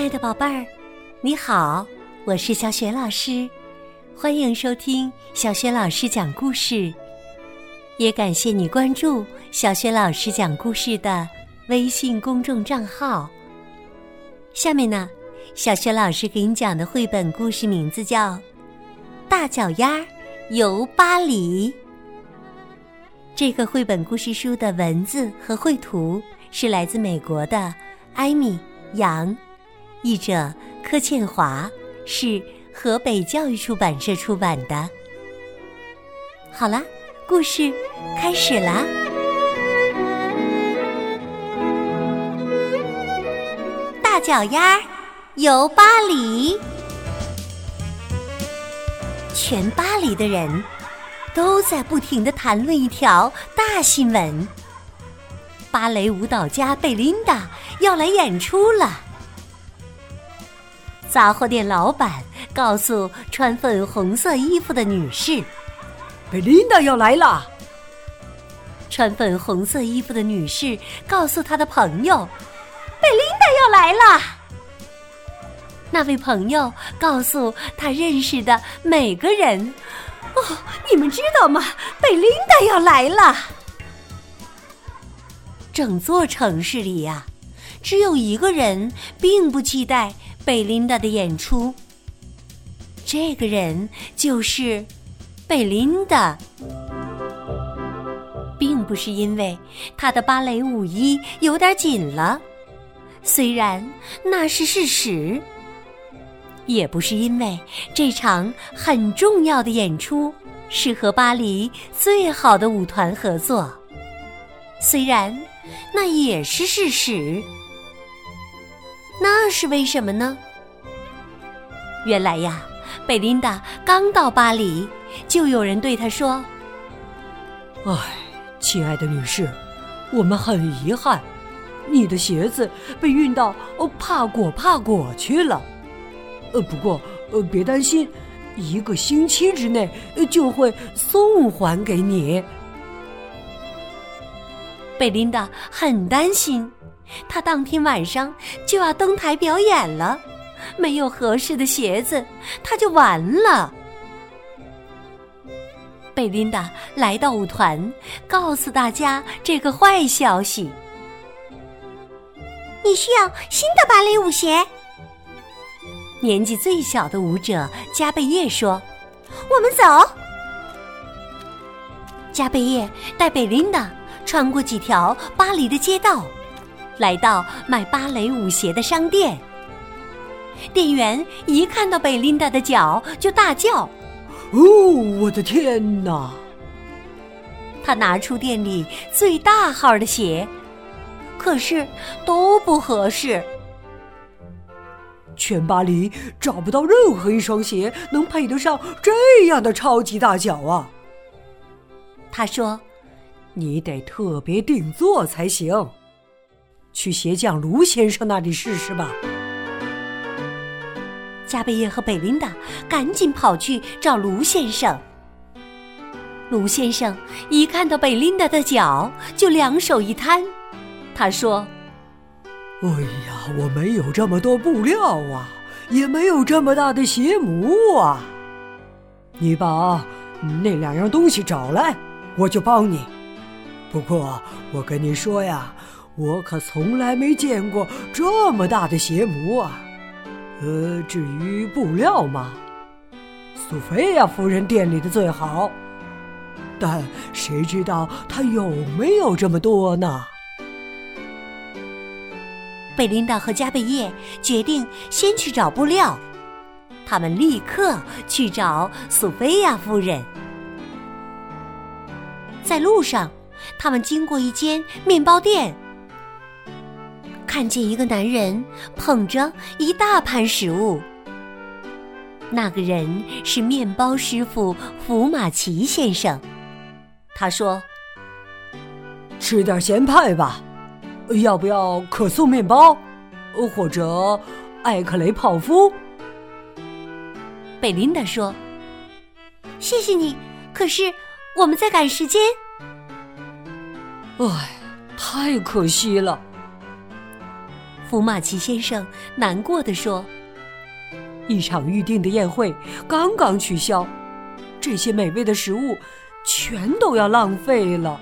爱的宝贝儿，你好，我是小雪老师，欢迎收听小雪老师讲故事，也感谢你关注小雪老师讲故事的微信公众账号。下面呢，小雪老师给你讲的绘本故事名字叫《大脚丫游巴黎》。这个绘本故事书的文字和绘图是来自美国的艾米·杨，译者柯倩华，是河北教育出版社出版的。好了，故事开始啦。大脚丫游巴黎。全巴黎的人都在不停地谈论一条大新闻：芭蕾舞蹈家贝琳达要来演出了。杂货店老板告诉穿粉红色衣服的女士， 贝琳达要来了。 穿粉红色衣服的女士告诉她的朋友，贝琳达要来了。那位朋友告诉他认识的每个人，哦，你们知道吗？贝琳达要来了。整座城市里呀，只有一个人并不期待贝琳达的演出，这个人就是贝琳达。并不是因为她的芭蕾舞衣有点紧了，虽然那是事实，也不是因为这场很重要的演出是和巴黎最好的舞团合作，虽然那也是事实。那是为什么呢？原来呀，贝琳达刚到巴黎，就有人对她说， 亲爱的女士，我们很遗憾，你的鞋子被运到帕果去了。不过别担心，1个星期之内就会送还给你。 贝琳达很担心，她当天晚上就要登台表演了，没有合适的鞋子，她就完了。贝琳达来到舞团，告诉大家这个坏消息：你需要新的芭蕾舞鞋。年纪最小的舞者加贝叶说，我们走。加贝叶带贝琳达穿过几条巴黎的街道，来到卖芭蕾舞鞋的商店。店员一看到贝琳达的脚就大叫， 我的天哪！ 他拿出店里最大号的鞋，可是都不合适。 全巴黎找不到任何一双鞋能配得上这样的超级大脚啊！ 他说， 你得特别定做才行，去鞋匠卢先生那里试试吧。 加贝叶和贝琳达赶紧跑去找卢先生。卢先生一看到贝琳达的脚就两手一摊，他说， 我没有这么多布料啊，也没有这么大的鞋模啊。你把那2样东西找来，我就帮你。不过我跟你说呀，我可从来没见过这么大的鞋模啊。至于布料嘛，苏菲亚夫人店里的最好，但谁知道她有没有这么多呢？ 贝琳达和加贝叶决定先去找布料，他们立刻去找苏菲亚夫人。在路上，他们经过一间面包店，看见一个男人捧着一大盘食物。那个人是面包师傅福马奇先生。他说， 吃点咸派吧，要不要可颂面包，或者艾克雷泡芙？ 贝琳达说，谢谢你，可是我们在赶时间。 太可惜了。 福马奇先生难过地说： 一场预定的宴会刚刚取消，这些美味的食物全都要浪费了。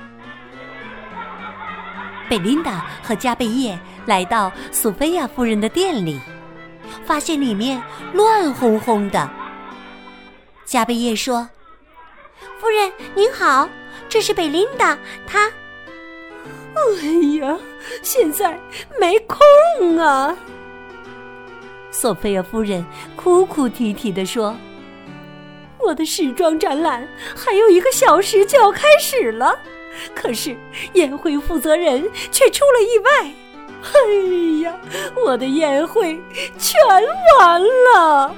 贝琳达和加贝叶来到索菲亚夫人的店里，发现里面乱哄哄的。加贝叶说：夫人您好，这是贝琳达，她…… 哎呀，现在没空啊。 索菲亚夫人哭哭啼啼地说： 我的时装展览还有1个小时就要开始了，可是宴会负责人却出了意外。哎呀，我的宴会全完了。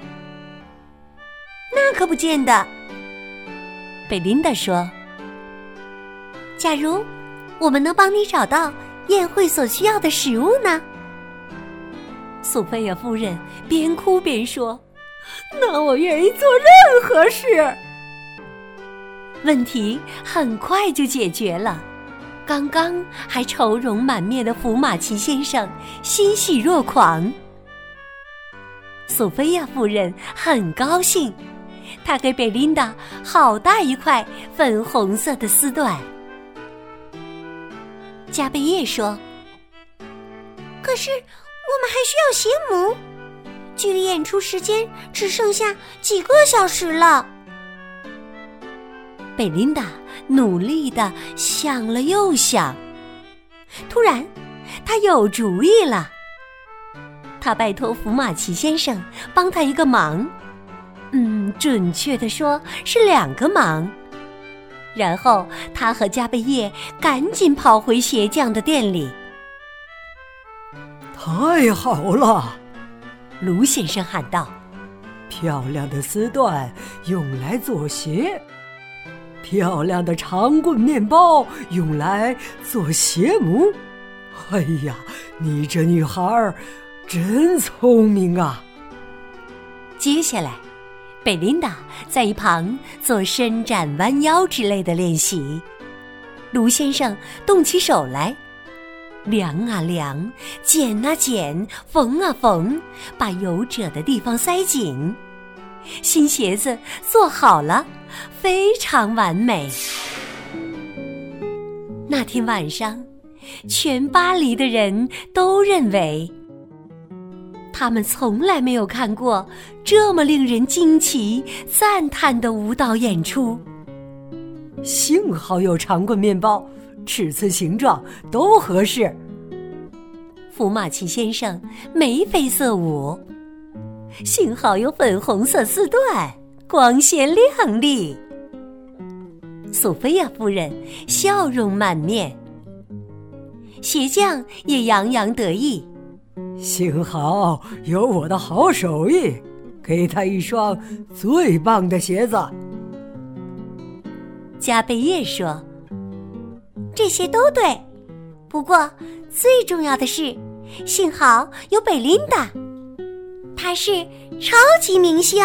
那可不见得，贝琳达说：假如我们能帮你找到宴会所需要的食物呢？索菲亚夫人边哭边说： 那我愿意做任何事。 问题很快就解决了，刚刚还愁容满面的福马奇先生欣喜若狂。索菲亚夫人很高兴，她给贝琳达好大一块粉红色的丝缎。加贝叶说：可是我们还需要鞋母，距离演出时间只剩下几个小时了。贝琳达努力地想了又想，突然她有主意了。她拜托福马奇先生帮她一个忙，准确地说是2个忙。然后他和加贝叶赶紧跑回鞋匠的店里。 太好了， 卢先生喊道， 漂亮的丝缎用来做鞋，漂亮的长棍面包用来做鞋母。哎呀，你这女孩真聪明啊。 接下来贝琳达在一旁做伸展弯腰之类的练习，卢先生动起手来，量啊量，剪啊剪，缝啊缝，把有褶的地方塞紧。新鞋子做好了，非常完美。那天晚上，全巴黎的人都认为他们从来没有看过这么令人惊奇赞叹的舞蹈演出。 幸好有长棍面包，尺寸形状都合适。 福马奇先生眉飞色舞，幸好有粉红色丝缎，光鲜亮丽。索菲亚夫人笑容满面，鞋匠也洋洋得意。 幸好有我的好手艺，给他一双最棒的鞋子。 加贝叶说：这些都对，不过最重要的是，幸好有贝琳达，她是超级明星。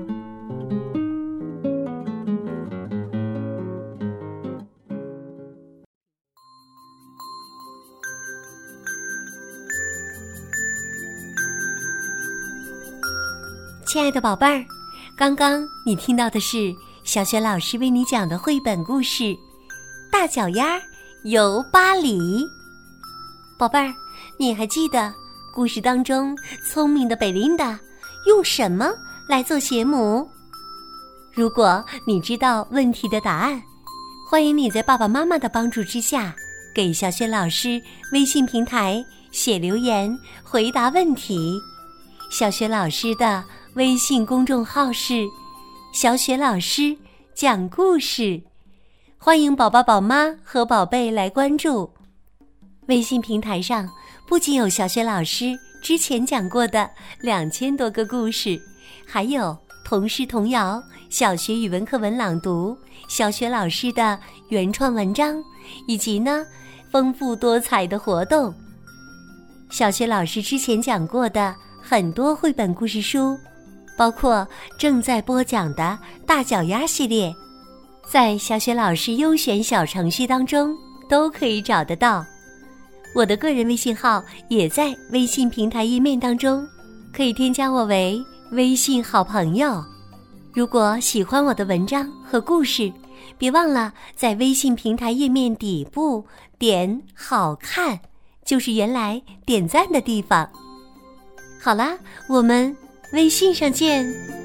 亲爱的宝贝儿，刚刚你听到的是小雪老师为你讲的绘本故事《大脚丫游巴黎》。宝贝儿，你还记得故事当中聪明的贝琳达用什么来做鞋母？如果你知道问题的答案，欢迎你在爸爸妈妈的帮助之下，给小雪老师微信平台写留言回答问题。小雪老师的微信公众号是小雪老师讲故事，欢迎宝宝宝妈和宝贝来关注。微信平台上不仅有小雪老师之前讲过的2000多个故事，还有童诗童谣、小学语文课文朗读、小雪老师的原创文章，以及呢丰富多彩的活动。小雪老师之前讲过的很多绘本故事书，包括正在播讲的大脚丫系列，在小雪老师优选小程序当中都可以找得到。 我的个人微信号也在微信平台页面当中，可以添加我为微信好朋友。如果喜欢我的文章和故事，别忘了在微信平台页面底部点好看，就是原来点赞的地方。好啦，我们微信上见。